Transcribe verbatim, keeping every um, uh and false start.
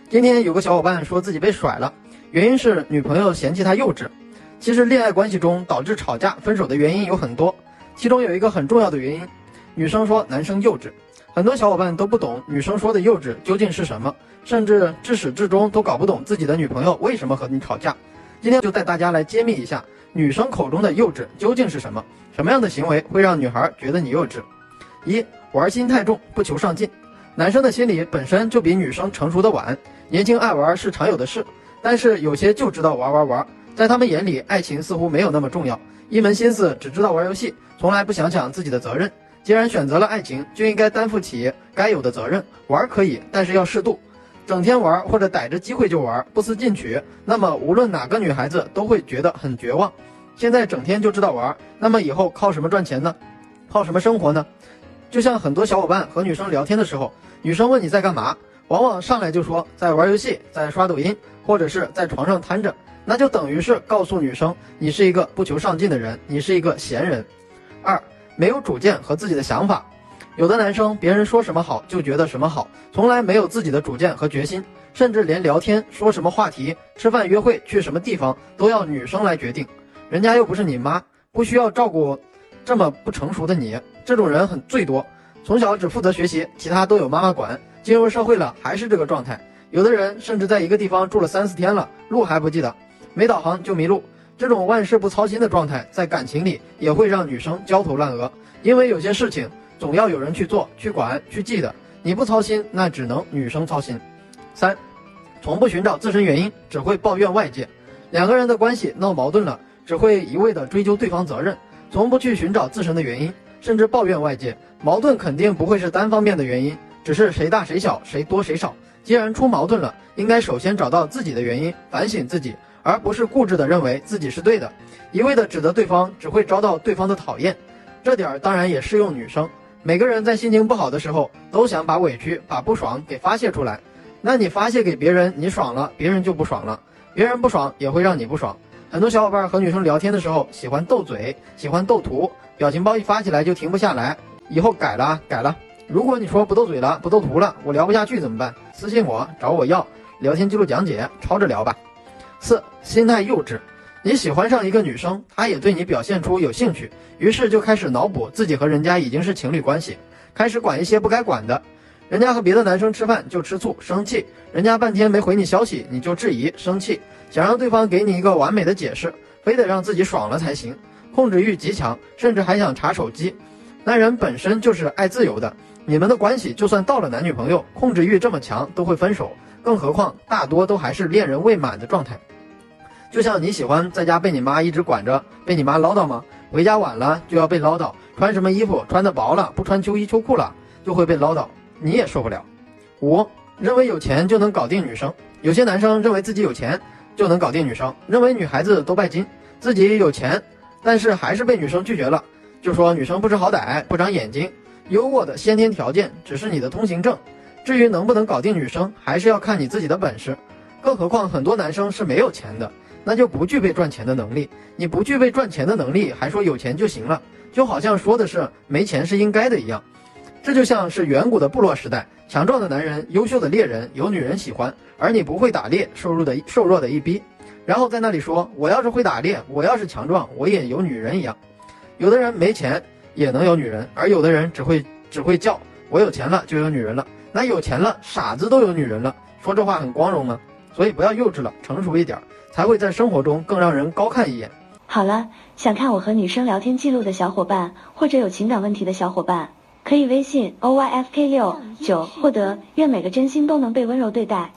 今天有个小伙伴说自己被甩了，原因是女朋友嫌弃他幼稚。其实恋爱关系中导致吵架分手的原因有很多，其中有一个很重要的原因，女生说男生幼稚。很多小伙伴都不懂女生说的幼稚究竟是什么，甚至至始至终都搞不懂自己的女朋友为什么和你吵架。今天就带大家来揭秘一下女生口中的幼稚究竟是什么，什么样的行为会让女孩觉得你幼稚。一、玩心太重，不求上进。男生的心理本身就比女生成熟的晚，年轻爱玩是常有的事，但是有些就知道玩玩玩，在他们眼里爱情似乎没有那么重要，一门心思只知道玩游戏，从来不想想自己的责任。既然选择了爱情，就应该担负起该有的责任。玩可以，但是要适度。整天玩或者逮着机会就玩，不思进取，那么无论哪个女孩子都会觉得很绝望。现在整天就知道玩，那么以后靠什么赚钱呢？靠什么生活呢？就像很多小伙伴和女生聊天的时候，女生问你在干嘛，往往上来就说在玩游戏，在刷抖音，或者是在床上瘫着，那就等于是告诉女生你是一个不求上进的人，你是一个闲人。二、没有主见和自己的想法。有的男生别人说什么好就觉得什么好，从来没有自己的主见和决心，甚至连聊天说什么话题，吃饭约会去什么地方都要女生来决定。人家又不是你妈，不需要照顾这么不成熟的你。这种人很最多，从小只负责学习，其他都有妈妈管，进入社会了还是这个状态。有的人甚至在一个地方住了三四天了，路还不记得，没导航就迷路。这种万事不操心的状态，在感情里也会让女生焦头烂额，因为有些事情总要有人去做、去管、去记得，你不操心，那只能女生操心。三、从不寻找自身原因，只会抱怨外界。两个人的关系闹矛盾了，只会一味的追究对方责任，从不去寻找自身的原因，甚至抱怨外界。矛盾肯定不会是单方面的原因，只是谁大谁小，谁多谁少。既然出矛盾了，应该首先找到自己的原因，反省自己，而不是固执的认为自己是对的，一味的指责对方，只会遭到对方的讨厌。这点当然也适用女生，每个人在心情不好的时候，都想把委屈、把不爽给发泄出来。那你发泄给别人，你爽了，别人就不爽了，别人不爽也会让你不爽。很多小伙伴和女生聊天的时候，喜欢斗嘴，喜欢斗图，表情包一发起来就停不下来。以后改了，改了。如果你说不斗嘴了，不斗图了，我聊不下去怎么办？私信我，找我要聊天记录讲解，抄着聊吧。四、心态幼稚。你喜欢上一个女生，她也对你表现出有兴趣，于是就开始脑补自己和人家已经是情侣关系，开始管一些不该管的。人家和别的男生吃饭就吃醋生气，人家半天没回你消息你就质疑生气，想让对方给你一个完美的解释，非得让自己爽了才行，控制欲极强，甚至还想查手机。男人本身就是爱自由的，你们的关系就算到了男女朋友，控制欲这么强都会分手，更何况大多都还是恋人未满的状态。就像你喜欢在家被你妈一直管着，被你妈唠叨吗？回家晚了就要被唠叨，穿什么衣服穿得薄了，不穿秋衣秋裤了就会被唠叨，你也受不了。五、认为有钱就能搞定女生。有些男生认为自己有钱就能搞定女生，认为女孩子都拜金，自己有钱但是还是被女生拒绝了，就说女生不知好歹，不长眼睛，有我的先天条件只是你的通行证，至于能不能搞定女生还是要看你自己的本事。更何况很多男生是没有钱的，那就不具备赚钱的能力。你不具备赚钱的能力还说有钱就行了，就好像说的是没钱是应该的一样。这就像是远古的部落时代，强壮的男人、优秀的猎人有女人喜欢，而你不会打猎，瘦弱的瘦弱的一逼，然后在那里说我要是会打猎，我要是强壮，我也有女人一样。有的人没钱也能有女人，而有的人只会只会叫我有钱了就有女人了，那有钱了傻子都有女人了，说这话很光荣吗？所以不要幼稚了，成熟一点，才会在生活中更让人高看一眼。 好了，想看我和女生聊天记录的小伙伴，或者有情感问题的小伙伴，可以微信 O Y F K 六九获得。愿每个真心都能被温柔对待。